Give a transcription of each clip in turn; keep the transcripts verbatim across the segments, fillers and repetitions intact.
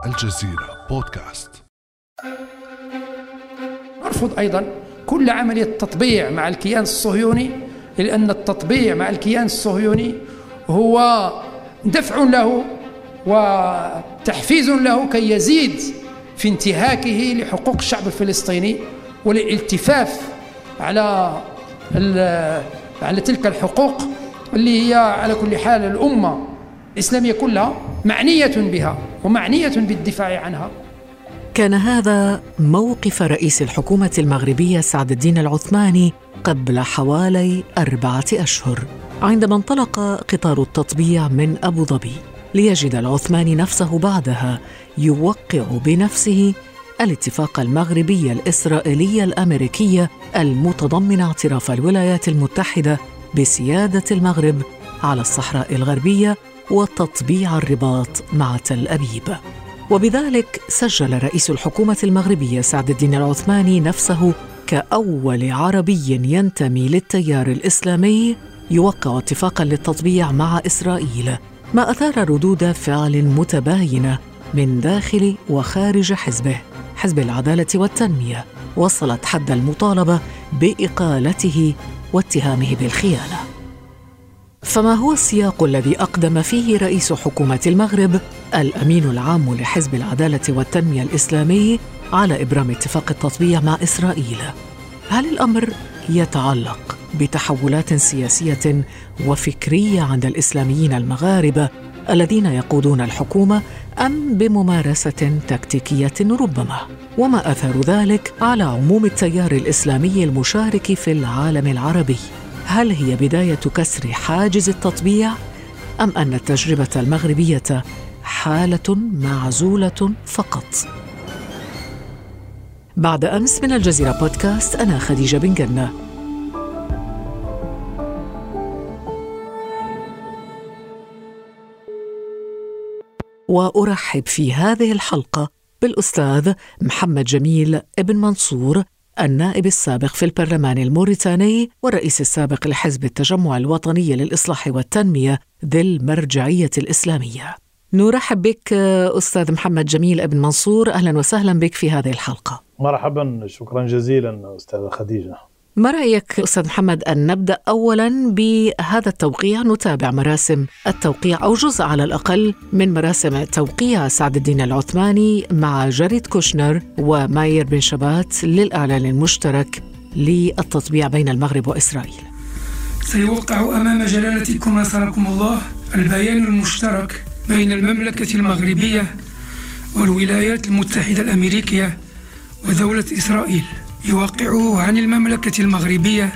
الجزيرة بودكاست. أرفض أيضا كل عملية تطبيع مع الكيان الصهيوني، لأن التطبيع مع الكيان الصهيوني هو دفع له وتحفيز له كي يزيد في انتهاكه لحقوق الشعب الفلسطيني والالتفاف على على تلك الحقوق اللي هي على كل حال الأمة الإسلامية كلها معنية بها ومعنية بالدفاع عنها. كان هذا موقف رئيس الحكومة المغربية سعد الدين العثماني قبل حوالي أربعة أشهر، عندما انطلق قطار التطبيع من أبو ظبي، ليجد العثماني نفسه بعدها يوقع بنفسه الاتفاق المغربي الإسرائيلي الأمريكي المتضمن اعتراف الولايات المتحدة بسيادة المغرب على الصحراء الغربية وتطبيع الرباط مع تل أبيب. وبذلك سجل رئيس الحكومة المغربية سعد الدين العثماني نفسه كأول عربي ينتمي للتيار الإسلامي يوقع اتفاقاً للتطبيع مع إسرائيل، ما أثار ردود فعل متباينة من داخل وخارج حزبه، حزب العدالة والتنمية، وصلت حد المطالبة بإقالته واتهامه بالخيانة. فما هو السياق الذي أقدم فيه رئيس حكومة المغرب الأمين العام لحزب العدالة والتنمية الإسلامي على إبرام اتفاق التطبيع مع إسرائيل؟ هل الأمر يتعلق بتحولات سياسية وفكرية عند الإسلاميين المغاربة الذين يقودون الحكومة، أم بممارسة تكتيكية ربما؟ وما أثر ذلك على عموم التيار الإسلامي المشارك في العالم العربي؟ هل هي بداية كسر حاجز التطبيع، أم أن التجربة المغربية حالة معزولة فقط؟ بعد أمس من الجزيرة بودكاست، أنا خديجة بن جنة. وأرحب في هذه الحلقة بالأستاذ محمد جميل ابن منصور، النائب السابق في البرلمان الموريتاني والرئيس السابق لحزب التجمع الوطني للإصلاح والتنمية ذي المرجعية الإسلامية. نرحب بك أستاذ محمد جميل ابن منصور، أهلا وسهلا بك في هذه الحلقة. مرحبا، شكرا جزيلا أستاذ خديجة. ما رأيك أستاذ محمد أن نبدأ أولا بهذا التوقيع، نتابع مراسم التوقيع أو جزء على الأقل من مراسم توقيع سعد الدين العثماني مع جاريد كوشنر وماير بن شبات للإعلان المشترك للتطبيع بين المغرب وإسرائيل. سيوقع أمام جلالتكم نصركم الله البيان المشترك بين المملكة المغربية والولايات المتحدة الأمريكية ودولة إسرائيل، يوقعه عن المملكة المغربية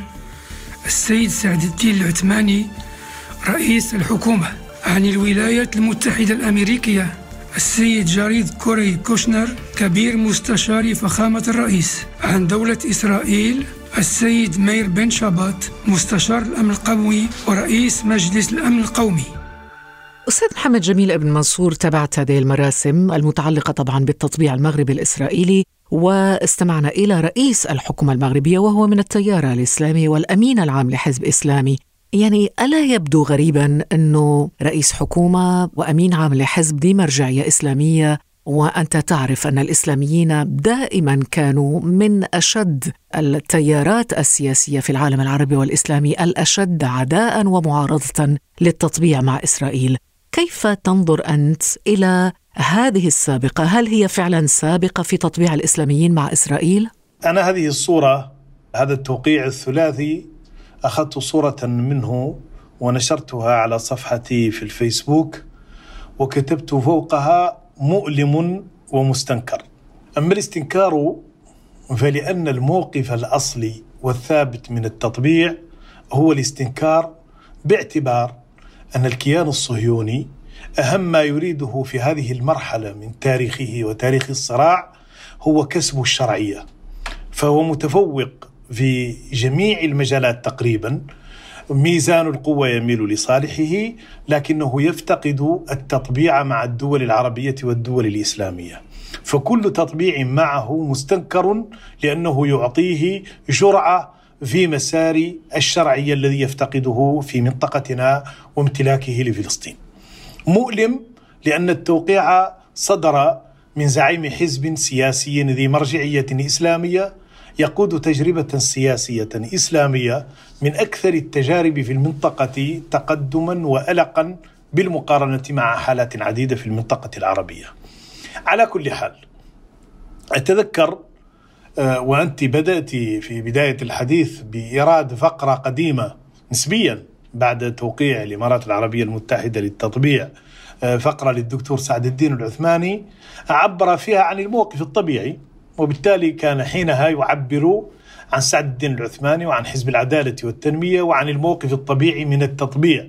السيد سعد الدين العثماني رئيس الحكومة، عن الولايات المتحدة الأمريكية السيد جاريد كوري كوشنر كبير مستشار فخامة الرئيس، عن دولة إسرائيل السيد ماير بن شبات مستشار الأمن القومي ورئيس مجلس الأمن القومي. أستاذ محمد جميل ابن منصور، تابعت هذه المراسم المتعلقة طبعا بالتطبيع المغربي الإسرائيلي، واستمعنا إلى رئيس الحكومة المغربية وهو من التيار الإسلامي والأمين العام لحزب إسلامي. يعني ألا يبدو غريبا أنه رئيس حكومة وأمين عام لحزب ذي مرجعية إسلامية، وأنت تعرف أن الإسلاميين دائما كانوا من أشد التيارات السياسية في العالم العربي والإسلامي، الأشد عداء ومعارضة للتطبيع مع إسرائيل. كيف تنظر أنت إلى هذه السابقة؟ هل هي فعلا سابقة في تطبيع الإسلاميين مع إسرائيل؟ أنا هذه الصورة، هذا التوقيع الثلاثي، أخذت صورة منه ونشرتها على صفحتي في الفيسبوك وكتبت فوقها مؤلم ومستنكر. أما الاستنكار فلأن الموقف الأصلي والثابت من التطبيع هو الاستنكار، باعتبار أن الكيان الصهيوني أهم ما يريده في هذه المرحلة من تاريخه وتاريخ الصراع هو كسب الشرعية، فهو متفوق في جميع المجالات تقريبا، ميزان القوة يميل لصالحه، لكنه يفتقد التطبيع مع الدول العربية والدول الإسلامية، فكل تطبيع معه مستنكر لأنه يعطيه جرعة في مسار الشرعية الذي يفتقده في منطقتنا وامتلاكه لفلسطين. مؤلم لأن التوقيع صدر من زعيم حزب سياسي ذي مرجعية إسلامية يقود تجربة سياسية إسلامية من أكثر التجارب في المنطقة تقدما وألقا بالمقارنة مع حالات عديدة في المنطقة العربية. على كل حال، أتذكر وأنت بدأت في بداية الحديث بإيراد فقرة قديمة نسبيا بعد توقيع الإمارات العربية المتحدة للتطبيع، فقرة للدكتور سعد الدين العثماني عبر فيها عن الموقف الطبيعي، وبالتالي كان حينها يعبر عن سعد الدين العثماني وعن حزب العدالة والتنمية وعن الموقف الطبيعي من التطبيع،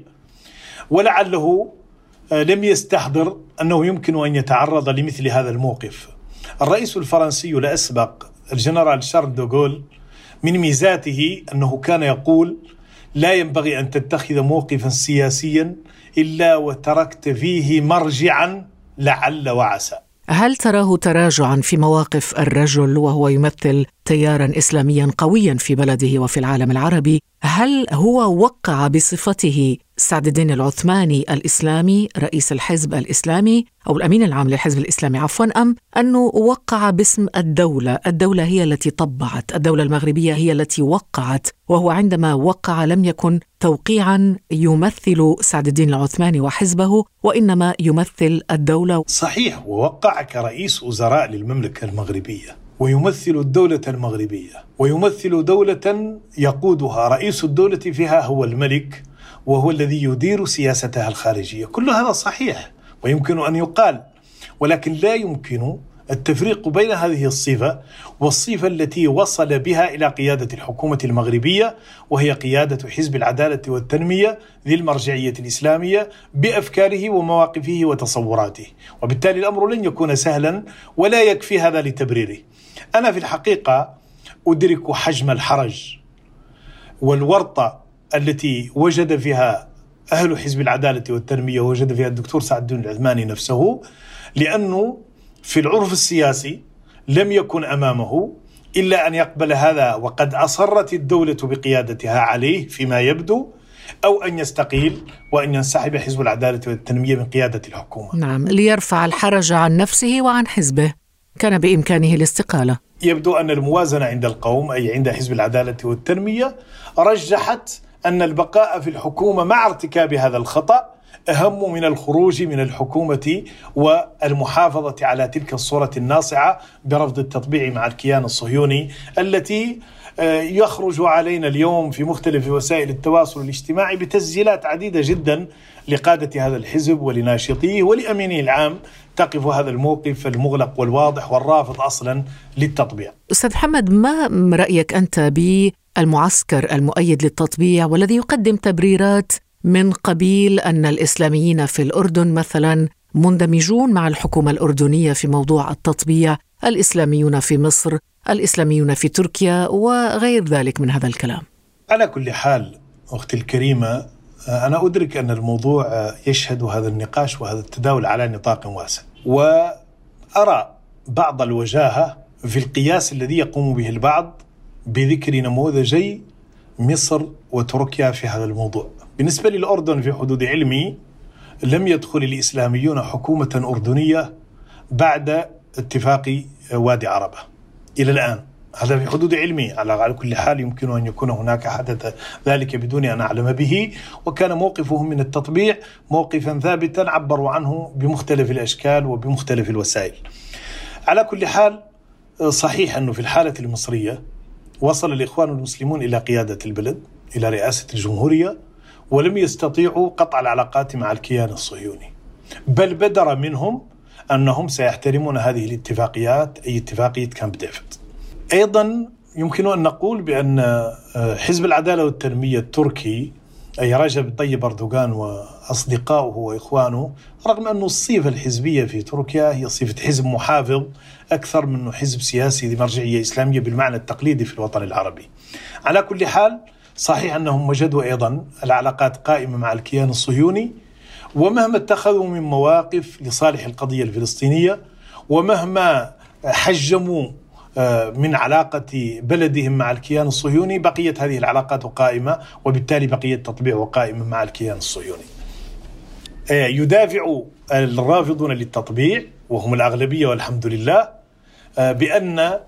ولعله لم يستحضر أنه يمكن أن يتعرض لمثل هذا الموقف. الرئيس الفرنسي الأسبق الجنرال شارل دوغول من ميزاته أنه كان يقول: لا ينبغي أن تتخذ موقفا سياسيا إلا وتركت فيه مرجعا لعل وعسى. هل تراه تراجعا في مواقف الرجل وهو يمثل تيارا إسلاميا قويا في بلده وفي العالم العربي؟ هل هو وقع بصفته سعد الدين العثماني الإسلامي رئيس الحزب الإسلامي أو الأمين العام للحزب الإسلامي عفوا، أم أنه وقع باسم الدولة؟ الدولة هي التي طبعت، الدولة المغربية هي التي وقعت، وهو عندما وقع لم يكن توقيعا يمثل سعد الدين العثماني وحزبه، وإنما يمثل الدولة. صحيح، ووقع كرئيس وزراء للمملكة المغربية، ويمثل الدولة المغربية، ويمثل دولة يقودها رئيس الدولة فيها هو الملك، وهو الذي يدير سياستها الخارجية. كل هذا صحيح ويمكن أن يقال، ولكن لا يمكن التفريق بين هذه الصفة والصفة التي وصل بها إلى قيادة الحكومة المغربية، وهي قيادة حزب العدالة والتنمية ذي المرجعية الإسلامية بأفكاره ومواقفه وتصوراته. وبالتالي الأمر لن يكون سهلا ولا يكفي هذا لتبريره. أنا في الحقيقة أدرك حجم الحرج والورطة التي وجد فيها أهل حزب العدالة والتنمية ووجد فيها الدكتور سعد الدين العثماني نفسه، لأنه في العرف السياسي لم يكن أمامه إلا أن يقبل هذا وقد أصرت الدولة بقيادتها عليه فيما يبدو، أو أن يستقيل وأن ينسحب حزب العدالة والتنمية من قيادة الحكومة. نعم، ليرفع الحرج عن نفسه وعن حزبه كان بإمكانه الاستقالة. يبدو أن الموازنة عند القوم، أي عند حزب العدالة والتنمية، رجحت أن البقاء في الحكومة مع ارتكاب هذا الخطأ أهم من الخروج من الحكومة والمحافظة على تلك الصورة الناصعة برفض التطبيع مع الكيان الصهيوني التي يخرج علينا اليوم في مختلف وسائل التواصل الاجتماعي بتسجيلات عديدة جدا لقادة هذا الحزب ولناشطيه ولأمينه العام تقف هذا الموقف المغلق والواضح والرافض أصلا للتطبيع. أستاذ محمد، ما رأيك أنت بالمعسكر المؤيد للتطبيع والذي يقدم تبريرات من قبيل أن الإسلاميين في الأردن مثلا مندمجون مع الحكومة الأردنية في موضوع التطبيع، الإسلاميون في مصر، الإسلاميون في تركيا وغير ذلك من هذا الكلام؟ على كل حال أختي الكريمة، أنا أدرك أن الموضوع يشهد هذا النقاش وهذا التداول على نطاق واسع، وأرى بعض الوجاهة في القياس الذي يقوم به البعض بذكر نموذجي مصر وتركيا في هذا الموضوع. بالنسبة للأردن في حدود علمي لم يدخل الإسلاميون حكومة أردنية بعد اتفاق وادي عربة إلى الآن، هذا في حدود علمي. على كل حال يمكن أن يكون هناك حدث ذلك بدون أن أعلم به، وكان موقفهم من التطبيع موقفا ثابتا عبروا عنه بمختلف الأشكال وبمختلف الوسائل. على كل حال صحيح أنه في الحالة المصرية وصل الإخوان المسلمون إلى قيادة البلد، إلى رئاسة الجمهورية، ولم يستطيعوا قطع العلاقات مع الكيان الصهيوني، بل بدر منهم أنهم سيحترمون هذه الاتفاقيات، أي اتفاقية كامب ديفيد. أيضا يمكن أن نقول بأن حزب العدالة والتنمية التركي، أي رجب طيب أردوغان وأصدقائه وإخوانه، رغم أن الصفة الحزبية في تركيا هي صفة حزب محافظ أكثر من حزب سياسي ذي مرجعية إسلامية بالمعنى التقليدي في الوطن العربي. على كل حال صحيح أنهم وجدوا أيضا العلاقات قائمة مع الكيان الصهيوني، ومهما اتخذوا من مواقف لصالح القضية الفلسطينية، ومهما حجموا من علاقة بلدهم مع الكيان الصهيوني، بقيت هذه العلاقات قائمة، وبالتالي بقية التطبيع قائمة مع الكيان الصهيوني. يدافع الرافضون للتطبيع وهم الأغلبية والحمد لله بأن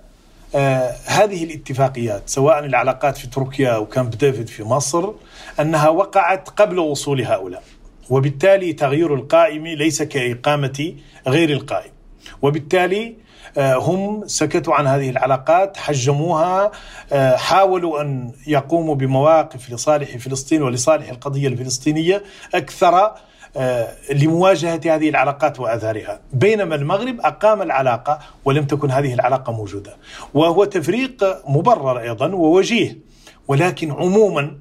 هذه الاتفاقيات سواء العلاقات في تركيا أو كامب ديفيد في مصر أنها وقعت قبل وصول هؤلاء، وبالتالي تغيير القائم ليس كإقامة غير القائم، وبالتالي هم سكتوا عن هذه العلاقات، حجموها، حاولوا أن يقوموا بمواقف لصالح فلسطين ولصالح القضية الفلسطينية أكثر لمواجهة هذه العلاقات وآثارها، بينما المغرب أقام العلاقة ولم تكن هذه العلاقة موجودة، وهو تفريق مبرر أيضا ووجيه. ولكن عموما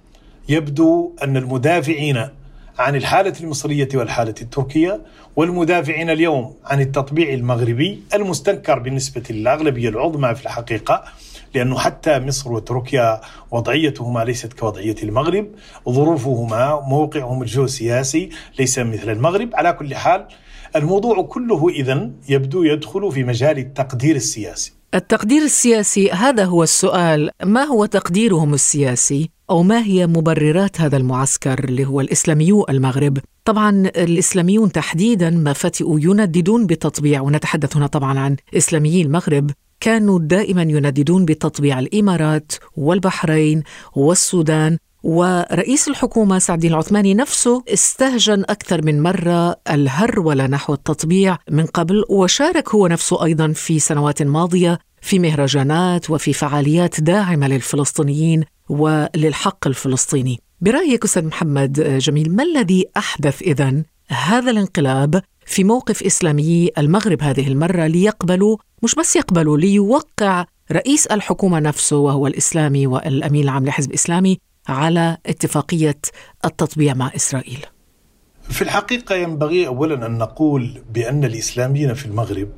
يبدو أن المدافعين عن الحالة المصرية والحالة التركية والمدافعين اليوم عن التطبيع المغربي المستنكر بالنسبة للأغلبية العظمى في الحقيقة، لأنه حتى مصر وتركيا وضعيتهما ليست كوضعية المغرب، ظروفهما موقعهم الجيوسياسي ليس مثل المغرب. على كل حال الموضوع كله إذن يبدو يدخل في مجال التقدير السياسي. التقدير السياسي، هذا هو السؤال. ما هو تقديرهم السياسي أو ما هي مبررات هذا المعسكر اللي هو الإسلاميو المغرب؟ طبعا الإسلاميون تحديدا ما فتئوا ينددون بتطبيع، ونتحدث هنا طبعا عن إسلاميي المغرب، كانوا دائما ينددون بتطبيع الإمارات والبحرين والسودان، ورئيس الحكومة سعد الدين العثماني نفسه استهجن أكثر من مرة الهرولة نحو التطبيع من قبل، وشارك هو نفسه أيضا في سنوات ماضية في مهرجانات وفي فعاليات داعمة للفلسطينيين وللحق الفلسطيني. برأيك أستاذ محمد جميل، ما الذي أحدث إذن هذا الانقلاب في موقف إسلامي المغرب هذه المرة ليقبلوا، مش بس يقبلوا، ليوقع رئيس الحكومة نفسه وهو الإسلامي والأمين العام لحزب إسلامي على اتفاقية التطبيع مع إسرائيل؟ في الحقيقة ينبغي أولا أن نقول بأن الإسلاميين في المغرب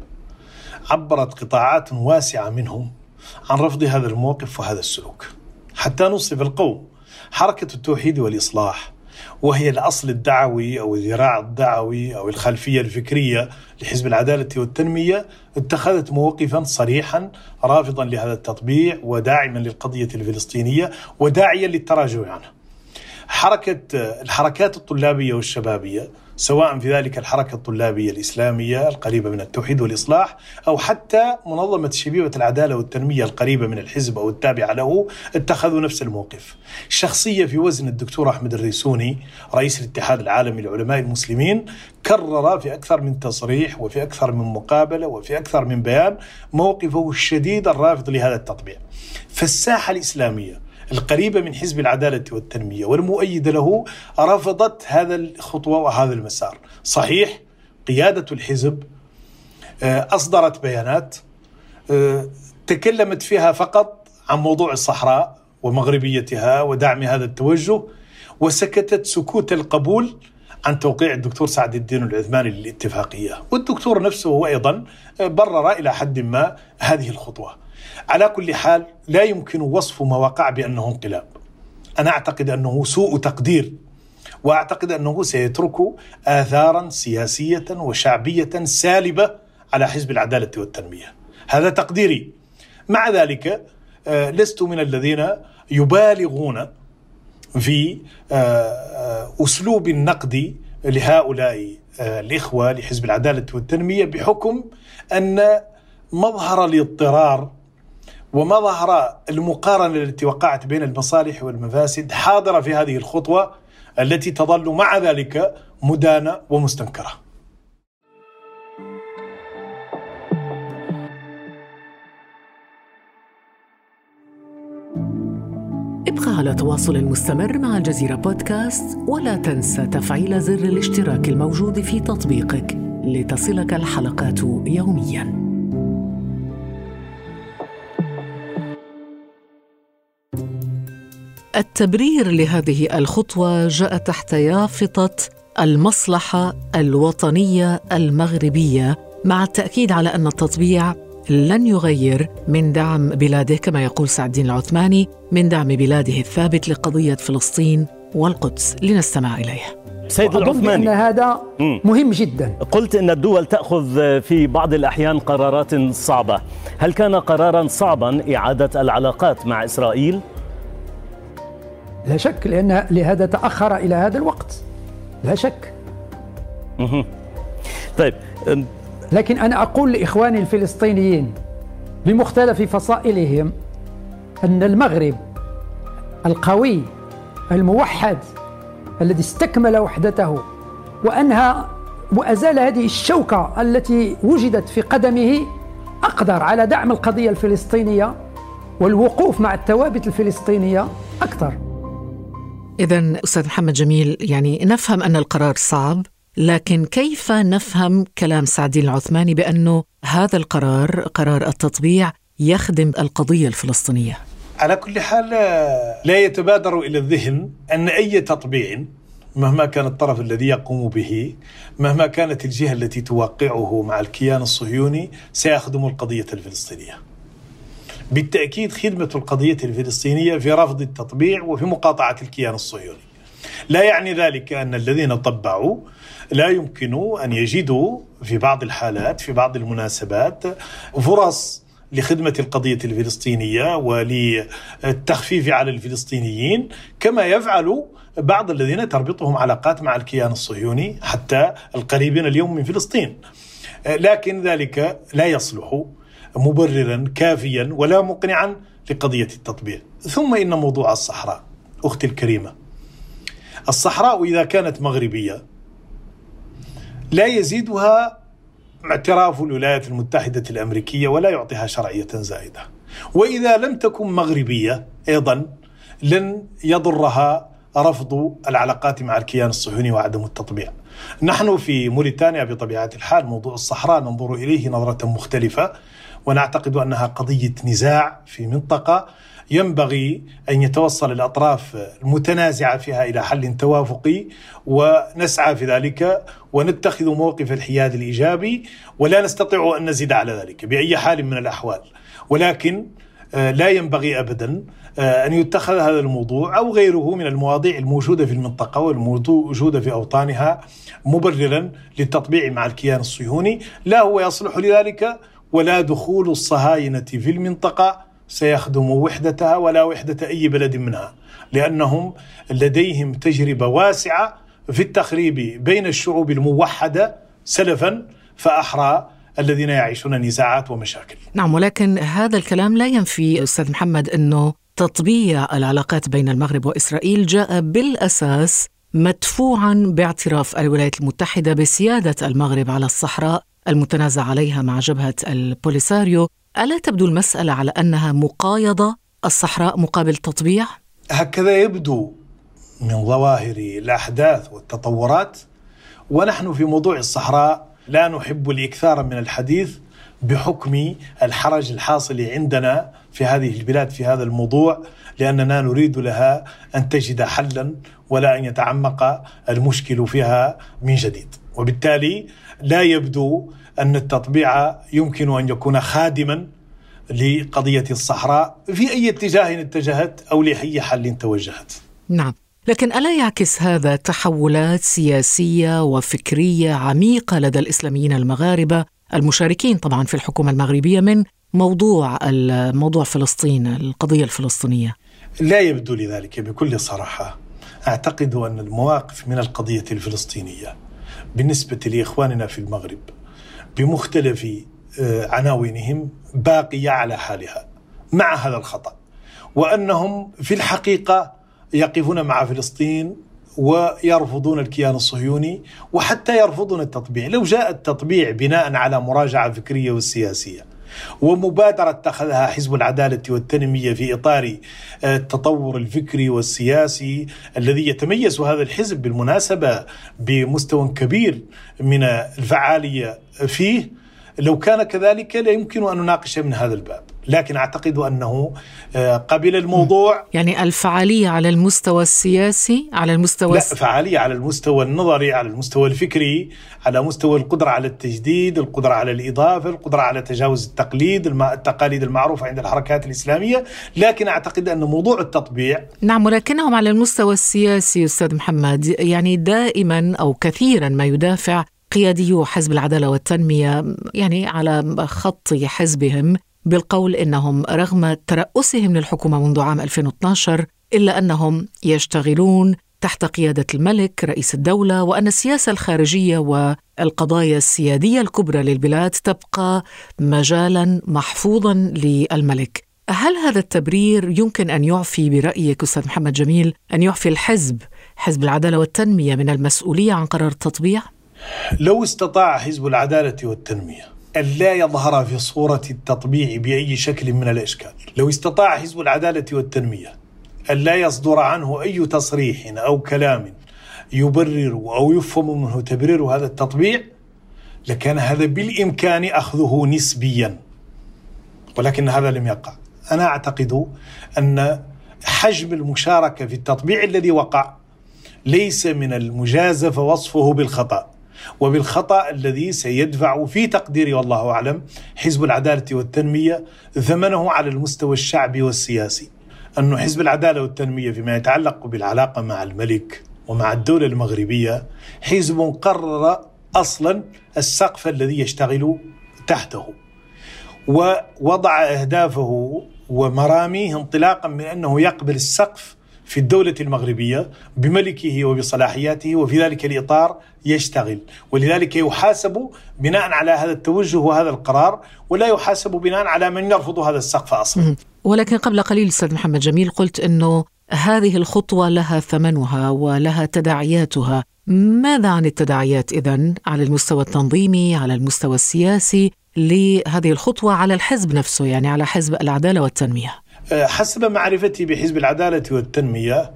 عبرت قطاعات واسعة منهم عن رفض هذا الموقف وهذا السلوك، حتى نصف القوم. حركة التوحيد والإصلاح، وهي الأصل الدعوي أو الذراع الدعوي أو الخلفية الفكرية لحزب العدالة والتنمية، اتخذت موقفا صريحا رافضا لهذا التطبيع وداعما للقضية الفلسطينية وداعيا للتراجع عنها. حركة الحركات الطلابية والشبابية، سواء في ذلك الحركة الطلابية الإسلامية القريبة من التوحيد والإصلاح أو حتى منظمة شبيبة العدالة والتنمية القريبة من الحزب أو التابعة له، اتخذوا نفس الموقف. شخصية في وزن الدكتور أحمد الريسوني رئيس الاتحاد العالمي للعلماء المسلمين كرر في أكثر من تصريح وفي أكثر من مقابلة وفي أكثر من بيان موقفه الشديد الرافض لهذا التطبيع. فالساحة الإسلامية القريبة من حزب العدالة والتنمية والمؤيدة له رفضت هذا الخطوة وهذا المسار. صحيح قيادة الحزب أصدرت بيانات تكلمت فيها فقط عن موضوع الصحراء ومغربيتها ودعم هذا التوجه، وسكتت سكوت القبول عن توقيع الدكتور سعد الدين العثماني للاتفاقية، والدكتور نفسه هو أيضا برر إلى حد ما هذه الخطوة. على كل حال لا يمكن وصف ما وقع بأنه انقلاب. أنا أعتقد أنه سوء تقدير، وأعتقد أنه سيترك آثارا سياسية وشعبية سالبة على حزب العدالة والتنمية. هذا تقديري. مع ذلك لست من الذين يبالغون في أسلوب النقد لهؤلاء الإخوة لحزب العدالة والتنمية، بحكم أن مظهر الاضطرار ومظهر المقارنة التي وقعت بين المصالح والمفاسد حاضرة في هذه الخطوة التي تظل مع ذلك مدانة ومستنكرة. ابقى على تواصل مستمر مع الجزيرة بودكاست، ولا تنسى تفعيل زر الاشتراك الموجود في تطبيقك لتصلك الحلقات يومياً. التبرير لهذه الخطوة جاء تحت يافطة المصلحة الوطنية المغربية، مع التأكيد على أن التطبيع لن يغير من دعم بلاده، كما يقول سعد الدين العثماني، من دعم بلاده الثابت لقضية فلسطين والقدس. لنستمع إليه. سيد العثماني، أن هذا مهم جدا. قلت أن الدول تأخذ في بعض الأحيان قرارات صعبة. هل كان قراراً صعباً إعادة العلاقات مع إسرائيل؟ لا شك، لأن لهذا تأخر إلى هذا الوقت، لا شك. طيب، لكن أنا أقول لإخواني الفلسطينيين بمختلف فصائلهم أن المغرب القوي الموحد الذي استكمل وحدته وأنهى وأزال هذه الشوكة التي وجدت في قدمه أقدر على دعم القضية الفلسطينية والوقوف مع الثوابت الفلسطينية أكثر. إذن أستاذ محمد جميل، يعني نفهم أن القرار صعب، لكن كيف نفهم كلام سعد الدين العثماني بأنه هذا القرار، قرار التطبيع، يخدم القضية الفلسطينية؟ على كل حال لا يتبادر إلى الذهن أن أي تطبيع مهما كان الطرف الذي يقوم به، مهما كانت الجهة التي توقعه مع الكيان الصهيوني، سيخدم القضية الفلسطينية. بالتأكيد خدمة القضية الفلسطينية في رفض التطبيع وفي مقاطعة الكيان الصهيوني. لا يعني ذلك أن الذين طبعوا لا يمكن أن يجدوا في بعض الحالات في بعض المناسبات فرص لخدمة القضية الفلسطينية وللتخفيف على الفلسطينيين، كما يفعل بعض الذين تربطهم علاقات مع الكيان الصهيوني حتى القريبين اليوم من فلسطين. لكن ذلك لا يصلح مبررا كافيا ولا مقنعا لقضية التطبيع. ثم إن موضوع الصحراء أختي الكريمة، الصحراء إذا كانت مغربية لا يزيدها اعتراف الولايات المتحدة الأمريكية ولا يعطيها شرعية زائدة، وإذا لم تكن مغربية أيضا لن يضرها رفض العلاقات مع الكيان الصهيوني وعدم التطبيع. نحن في موريتانيا بطبيعة الحال موضوع الصحراء ننظر إليه نظرة مختلفة، ونعتقد أنها قضية نزاع في منطقة ينبغي أن يتوصل الأطراف المتنازعة فيها إلى حل توافقي، ونسعى في ذلك ونتخذ موقف الحياد الإيجابي، ولا نستطيع أن نزيد على ذلك بأي حال من الأحوال. ولكن لا ينبغي أبدا أن يتخذ هذا الموضوع أو غيره من المواضيع الموجودة في المنطقة والموجودة في أوطانها مبررا للتطبيع مع الكيان الصهيوني. لا هو يصلح لذلك، ولا دخول الصهاينة في المنطقة سيخدم وحدتها ولا وحدة أي بلد منها، لأنهم لديهم تجربة واسعة في التخريب بين الشعوب الموحدة سلفا فأحرى الذين يعيشون نزاعات ومشاكل. نعم، ولكن هذا الكلام لا ينفي أستاذ محمد أنه تطبيع العلاقات بين المغرب وإسرائيل جاء بالأساس مدفوعا باعتراف الولايات المتحدة بسيادة المغرب على الصحراء المتنازع عليها مع جبهة البوليساريو. ألا تبدو المسألة على أنها مقايضة، الصحراء مقابل تطبيع؟ هكذا يبدو من ظواهر الأحداث والتطورات. ونحن في موضوع الصحراء لا نحب الإكثار من الحديث بحكم الحرج الحاصل عندنا في هذه البلاد في هذا الموضوع، لأننا نريد لها أن تجد حلا ولا أن يتعمق المشكل فيها من جديد. وبالتالي لا يبدو أن التطبيع يمكن أن يكون خادما لقضية الصحراء في أي اتجاه اتجهت أو لأي حل توجهت. نعم، لكن ألا يعكس هذا تحولات سياسية وفكرية عميقة لدى الإسلاميين المغاربة المشاركين طبعا في الحكومة المغربية من موضوع الموضوع فلسطين، القضية الفلسطينية؟ لا يبدو لذلك بكل صراحة. أعتقد أن المواقف من القضية الفلسطينية بالنسبة لإخواننا في المغرب بمختلف عناوينهم باقية على حالها مع هذا الخطأ، وأنهم في الحقيقة يقفون مع فلسطين ويرفضون الكيان الصهيوني وحتى يرفضون التطبيع. لو جاء التطبيع بناء على مراجعة فكرية والسياسية ومبادرة اتخذها حزب العدالة والتنمية في إطار التطور الفكري والسياسي الذي يتميز هذا الحزب بالمناسبة بمستوى كبير من الفعالية فيه، لو كان كذلك لا يمكن أن نناقش من هذا الباب. لكن أعتقد أنه قبل الموضوع يعني الفعالية على المستوى السياسي، على المستوى لا فعالية على المستوى النظري، على المستوى الفكري، على مستوى القدرة على التجديد، القدرة على الإضافة، القدرة على تجاوز التقليد التقاليد المعروفة عند الحركات الإسلامية. لكن أعتقد أن موضوع التطبيع نعم، ولكنهم على المستوى السياسي أستاذ محمد يعني دائما أو كثيرا ما يدافع قياديو حزب العدالة والتنمية يعني على خط حزبهم بالقول إنهم رغم ترأسهم للحكومة منذ عام ألفين واثني عشر إلا أنهم يشتغلون تحت قيادة الملك رئيس الدولة، وأن السياسة الخارجية والقضايا السيادية الكبرى للبلاد تبقى مجالاً محفوظاً للملك. هل هذا التبرير يمكن أن يعفي برأيك أستاذ محمد جميل أن يعفي الحزب حزب العدالة والتنمية من المسؤولية عن قرار التطبيع؟ لو استطاع حزب العدالة والتنمية أن لا يظهر في صورة التطبيع بأي شكل من الأشكال، لو استطاع حزب العدالة والتنمية أن لا يصدر عنه أي تصريح أو كلام يبرر أو يفهم منه تبرير هذا التطبيع، لكان هذا بالإمكان أخذه نسبيا، ولكن هذا لم يقع. أنا أعتقد أن حجم المشاركة في التطبيع الذي وقع ليس من المجازف وصفه بالخطأ، وبالخطأ الذي سيدفع في تقديري والله أعلم حزب العدالة والتنمية ثمنه على المستوى الشعبي والسياسي. أن حزب العدالة والتنمية فيما يتعلق بالعلاقة مع الملك ومع الدولة المغربية حزب قرر أصلا السقف الذي يشتغل تحته، ووضع أهدافه ومراميه انطلاقا من أنه يقبل السقف في الدولة المغربية بملكه وبصلاحياته، وفي ذلك الإطار يشتغل، ولذلك يحاسب بناء على هذا التوجه وهذا القرار، ولا يحاسب بناء على من يرفض هذا السقف أصلا. ولكن قبل قليل أستاذ محمد جميل قلت أنه هذه الخطوة لها ثمنها ولها تداعياتها. ماذا عن التداعيات إذن على المستوى التنظيمي، على المستوى السياسي لهذه الخطوة على الحزب نفسه، يعني على حزب العدالة والتنمية؟ حسب معرفتي بحزب العدالة والتنمية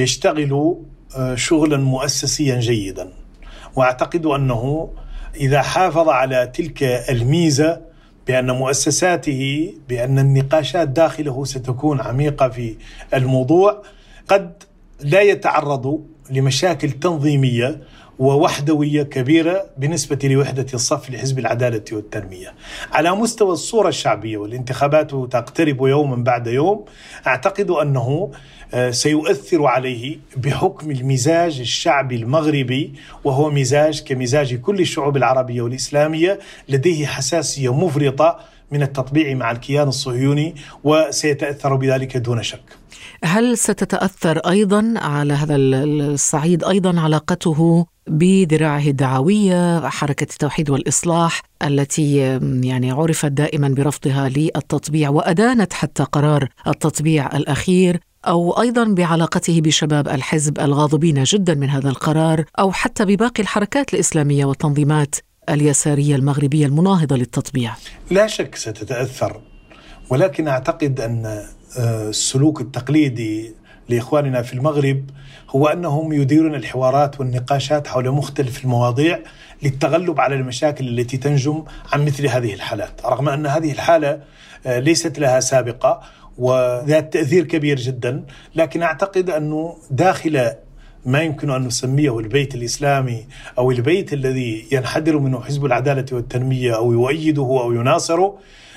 يشتغل شغلا مؤسسيا جيدا، وأعتقد أنه إذا حافظ على تلك الميزة بأن مؤسساته بأن النقاشات داخله ستكون عميقة في الموضوع، قد لا يتعرض لمشاكل تنظيمية ووحدوية كبيرة بالنسبة لوحدة الصف لحزب العدالة والتنمية. على مستوى الصورة الشعبية والانتخابات تقترب يوما بعد يوم، أعتقد أنه سيؤثر عليه بحكم المزاج الشعبي المغربي، وهو مزاج كمزاج كل الشعوب العربية والإسلامية لديه حساسية مفرطة من التطبيع مع الكيان الصهيوني، وسيتأثر بذلك دون شك. هل ستتأثر أيضا على هذا الصعيد أيضا علاقته بذراعه الدعوية حركة التوحيد والإصلاح التي يعني عرفت دائما برفضها للتطبيع وأدانت حتى قرار التطبيع الأخير، أو أيضا بعلاقته بشباب الحزب الغاضبين جدا من هذا القرار، أو حتى بباقي الحركات الإسلامية والتنظيمات اليسارية المغربية المناهضة للتطبيع؟ لا شك ستتأثر، ولكن أعتقد أن السلوك التقليدي لإخواننا في المغرب هو أنهم يديرون الحوارات والنقاشات حول مختلف المواضيع للتغلب على المشاكل التي تنجم عن مثل هذه الحالات، رغم أن هذه الحالة ليست لها سابقة وذات تأثير كبير جدا. لكن أعتقد أنه داخل ما يمكن أن نسميه البيت الإسلامي أو البيت الذي ينحدر منه حزب العدالة والتنمية أو يؤيده أو يناصره،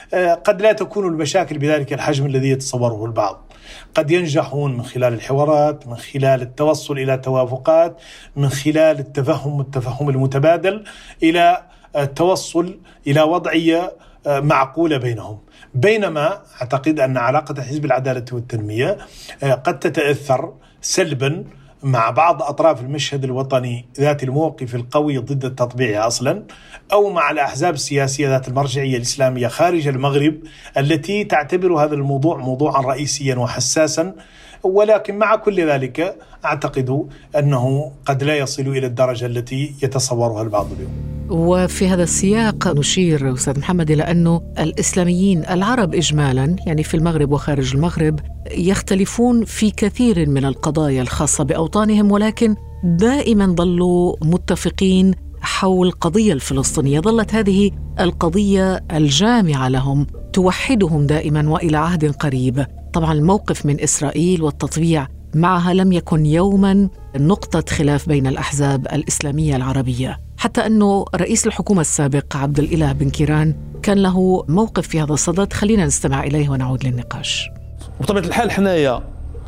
قد لا تكون المشاكل بذلك الحجم الذي يتصوره البعض. قد ينجحون من خلال الحوارات، من خلال التوصل إلى توافقات، من خلال التفهم والتفهم المتبادل إلى التوصل إلى وضعية معقولة بينهم. بينما أعتقد أن علاقة حزب العدالة والتنمية قد تتأثر سلبا مع بعض أطراف المشهد الوطني ذات الموقف القوي ضد التطبيع أصلا، أو مع الأحزاب السياسية ذات المرجعية الإسلامية خارج المغرب التي تعتبر هذا الموضوع موضوعا رئيسيا وحساسا. ولكن مع كل ذلك أعتقد أنه قد لا يصل إلى الدرجة التي يتصورها البعض اليوم. وفي هذا السياق نشير أستاذ محمد إلى أنه الإسلاميين العرب إجمالا يعني في المغرب وخارج المغرب يختلفون في كثير من القضايا الخاصة بأوطانهم، ولكن دائما ظلوا متفقين حول القضية الفلسطينية. ظلت هذه القضية الجامعة لهم توحدهم دائما وإلى عهد قريب. طبعا الموقف من إسرائيل والتطبيع معها لم يكن يوما نقطة خلاف بين الأحزاب الإسلامية العربية، حتى أنه رئيس الحكومة السابق عبد الإله بن كيران كان له موقف في هذا الصدد. خلينا نستمع إليه ونعود للنقاش. وبطبيعة الحال حنايا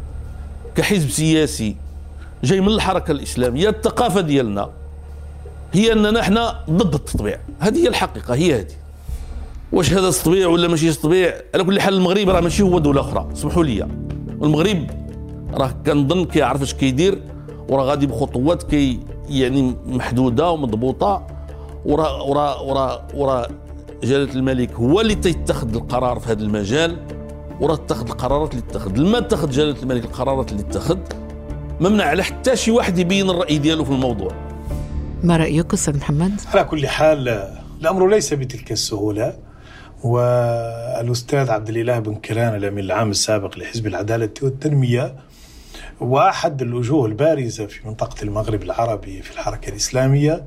كحزب سياسي جاي من الحركة الإسلامية، الثقافة ديالنا هي أننا احنا ضد التطبيع. هذه هي الحقيقة، هي هذه. واش هذا تطبيع ولا ماشي تطبيع؟ على كل حال المغرب راه ماشي هو دولة أخرى، سمحوا لي. المغرب راه كنظن كيعرف اش كيدير وراه غادي بخطوات كي يعني محدوده ومضبوطه، وراه وراه وراه وراه جلاله الملك هو اللي تيتخذ القرار في هذا المجال، وراه تاخذ القرارات اللي تاخذ. لما تاخذ جلاله الملك القرارات اللي تاخذ ممنع على حتى شي واحد يبين الراي ديالو في الموضوع. ما رايك استاذ محمد؟ على كل حال الامر ليس بتلك السهوله، والأستاذ عبد الإله بن كيران الأمين العام السابق لحزب العدالة والتنمية وأحد الوجوه البارزة في منطقة المغرب العربي في الحركة الإسلامية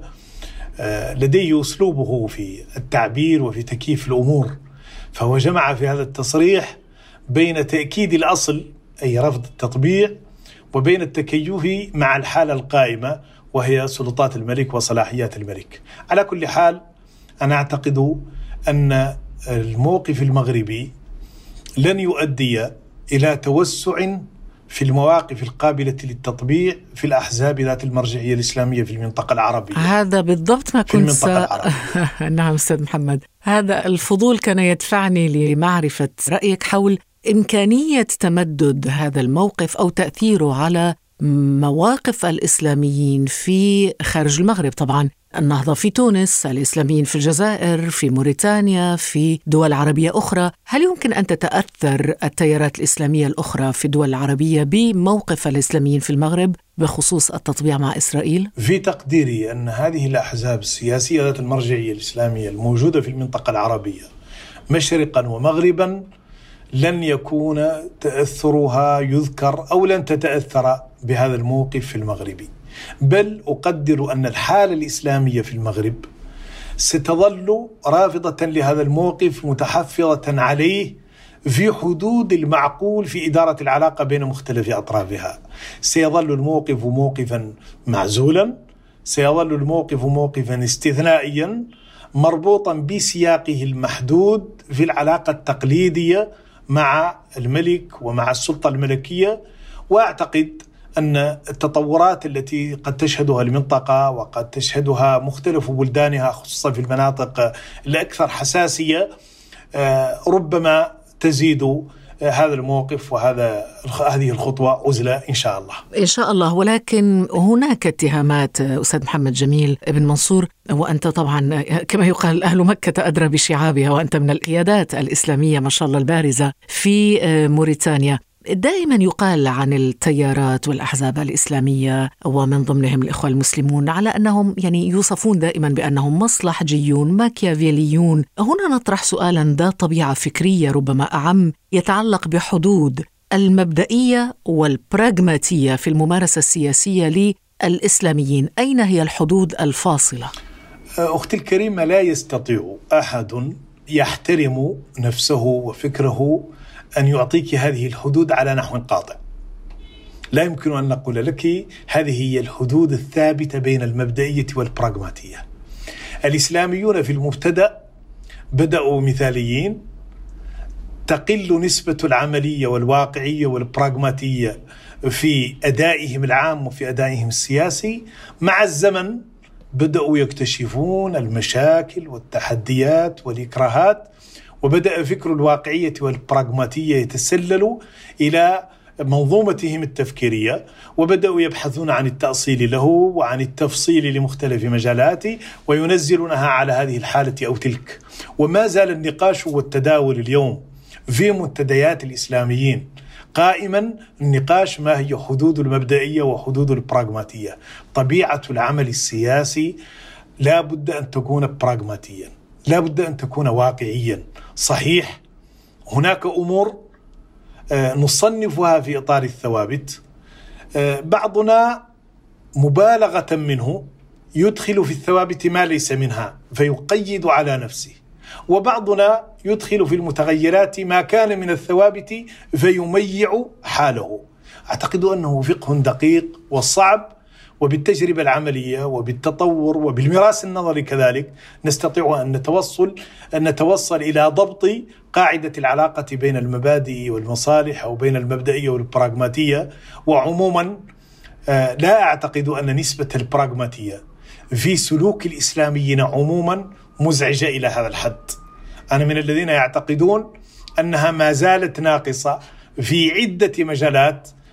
لديه أسلوبه في التعبير وفي تكييف الأمور، فهو جمع في هذا التصريح بين تأكيد الأصل أي رفض التطبيع وبين التكيف مع الحالة القائمة وهي سلطات الملك وصلاحيات الملك. على كل حال أنا أعتقد أن الموقف المغربي لن يؤدي إلى توسع في المواقف القابلة للتطبيع في الأحزاب ذات المرجعية الإسلامية في المنطقة العربية. هذا بالضبط ما كنت س... نعم أستاذ محمد، هذا الفضول كان يدفعني لمعرفة رأيك حول إمكانية تمدد هذا الموقف أو تأثيره على مواقف الإسلاميين في خارج المغرب. طبعا النهضة في تونس، الإسلاميين في الجزائر، في موريتانيا، في دول عربية أخرى. هل يمكن أن تتأثر التيارات الإسلامية الأخرى في الدول العربية بموقف الإسلاميين في المغرب بخصوص التطبيع مع إسرائيل؟ في تقديري أن هذه الأحزاب السياسية ذات المرجعية الإسلامية الموجودة في المنطقة العربية مشرقا ومغربا لن يكون تأثرها يذكر أو لن تتأثر بهذا الموقف في المغرب، بل أقدر أن الحالة الإسلامية في المغرب ستظل رافضة لهذا الموقف متحفظة عليه في حدود المعقول في إدارة العلاقة بين مختلف أطرافها. سيظل الموقف موقفا معزولا، سيظل الموقف موقفا استثنائيا مربوطا بسياقه المحدود في العلاقة التقليدية مع الملك ومع السلطة الملكية. وأعتقد أن التطورات التي قد تشهدها المنطقة وقد تشهدها مختلف بلدانها خصوصا في المناطق الأكثر حساسية ربما تزيد هذا الموقف وهذا هذه الخطوة عزلة إن شاء الله. إن شاء الله. ولكن هناك اتهامات أستاذ محمد جميل بن منصور، وأنت طبعا كما يقال أهل مكة أدرى بشعابها، وأنت من القيادات الإسلامية ما شاء الله البارزة في موريتانيا. دائما يقال عن التيارات والأحزاب الإسلامية ومن ضمنهم الإخوة المسلمون على أنهم يعني يوصفون دائما بأنهم مصلحجيون ماكيافيليون. هنا نطرح سؤالا ذات طبيعة فكرية ربما أعم يتعلق بحدود المبدئية والبراغماتية في الممارسة السياسية للإسلاميين. أين هي الحدود الفاصلة؟ أختي الكريمة، لا يستطيع أحد يحترم نفسه وفكره أن يعطيك هذه الحدود على نحو قاطع. لا يمكن أن نقول لك هذه هي الحدود الثابتة بين المبدئية والبراغماتية. الإسلاميون في المبتدأ بدأوا مثاليين، تقل نسبة العملية والواقعية والبراغماتية في أدائهم العام وفي أدائهم السياسي. مع الزمن بدأوا يكتشفون المشاكل والتحديات والإكراهات، وبدأ فكر الواقعية والبراغماتية يتسلل إلى منظومتهم التفكيرية، وبدأوا يبحثون عن التأصيل له وعن التفصيل لمختلف مجالاته وينزلونها على هذه الحالة أو تلك. وما زال النقاش والتداول اليوم في منتديات الإسلاميين قائما، النقاش ما هي حدود المبدئية وحدود البراغماتية. طبيعة العمل السياسي لا بد أن تكون براغماتيا، لا بد أن تكون واقعيا. صحيح هناك أمور نصنفها في إطار الثوابت، بعضنا مبالغة منه يدخل في الثوابت ما ليس منها فيقيد على نفسه، وبعضنا يدخل في المتغيرات ما كان من الثوابت فيميع حاله. أعتقد أنه فقه دقيق وصعب، وبالتجربة العملية وبالتطور وبالمراس النظري كذلك نستطيع أن نتوصل أن نتوصل إلى ضبط قاعدة العلاقة بين المبادئ والمصالح أو بين المبدئية والبراغماتية. وعموما لا أعتقد أن نسبة البراغماتية في سلوك الإسلاميين عموما مزعجة إلى هذا الحد. أنا من الذين يعتقدون أنها ما زالت ناقصة في عدة مجالات،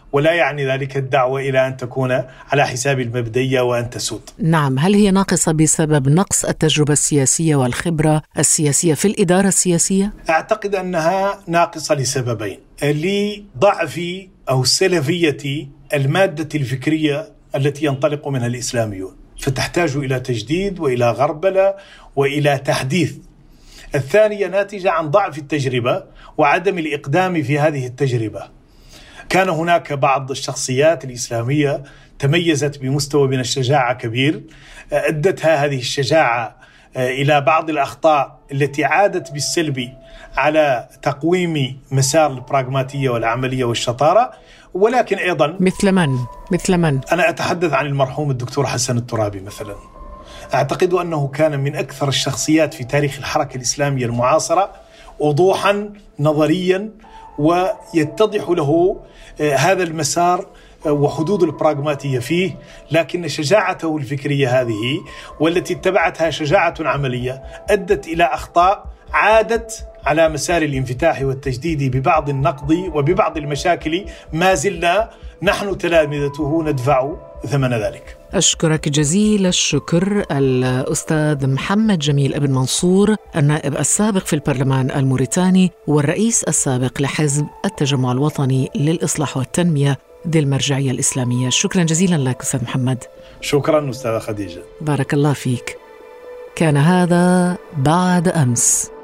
ولا يعني ذلك الدعوة إلى أن تكون على حساب المبدئية وأن تسود. نعم، هل هي ناقصة بسبب نقص التجربة السياسية والخبرة السياسية في الإدارة السياسية؟ أعتقد أنها ناقصة لسببين: لضعف أو سلفية المادة الفكرية التي ينطلق منها الإسلاميون، فتحتاج إلى تجديد وإلى غربلة وإلى تحديث. الثانية ناتجة عن ضعف التجربة وعدم الإقدام في هذه التجربة. كان هناك بعض الشخصيات الإسلامية تميزت بمستوى من الشجاعة كبير، أدتها هذه الشجاعة إلى بعض الأخطاء التي عادت بالسلب على تقويم مسار البراغماتية والعملية والشطارة. ولكن أيضا مثل من؟ مثل من؟ أنا أتحدث عن المرحوم الدكتور حسن الترابي مثلا. أعتقد أنه كان من أكثر الشخصيات في تاريخ الحركة الإسلامية المعاصرة وضوحا نظريا، ويتضح له هذا المسار وحدود البراغماتية فيه، لكن شجاعته الفكرية هذه والتي اتبعتها شجاعة عملية أدت إلى أخطاء عادت على مسار الانفتاح والتجديد ببعض النقد وببعض المشاكل ما زلنا نحن تلامذته ندفع ثمن ذلك. أشكرك جزيل الشكر الأستاذ محمد جميل ابن منصور، النائب السابق في البرلمان الموريتاني والرئيس السابق لحزب التجمع الوطني للإصلاح والتنمية ذي المرجعية الإسلامية. شكرا جزيلا لك أستاذ محمد. شكرا أستاذة خديجة، بارك الله فيك. كان هذا بعد أمس.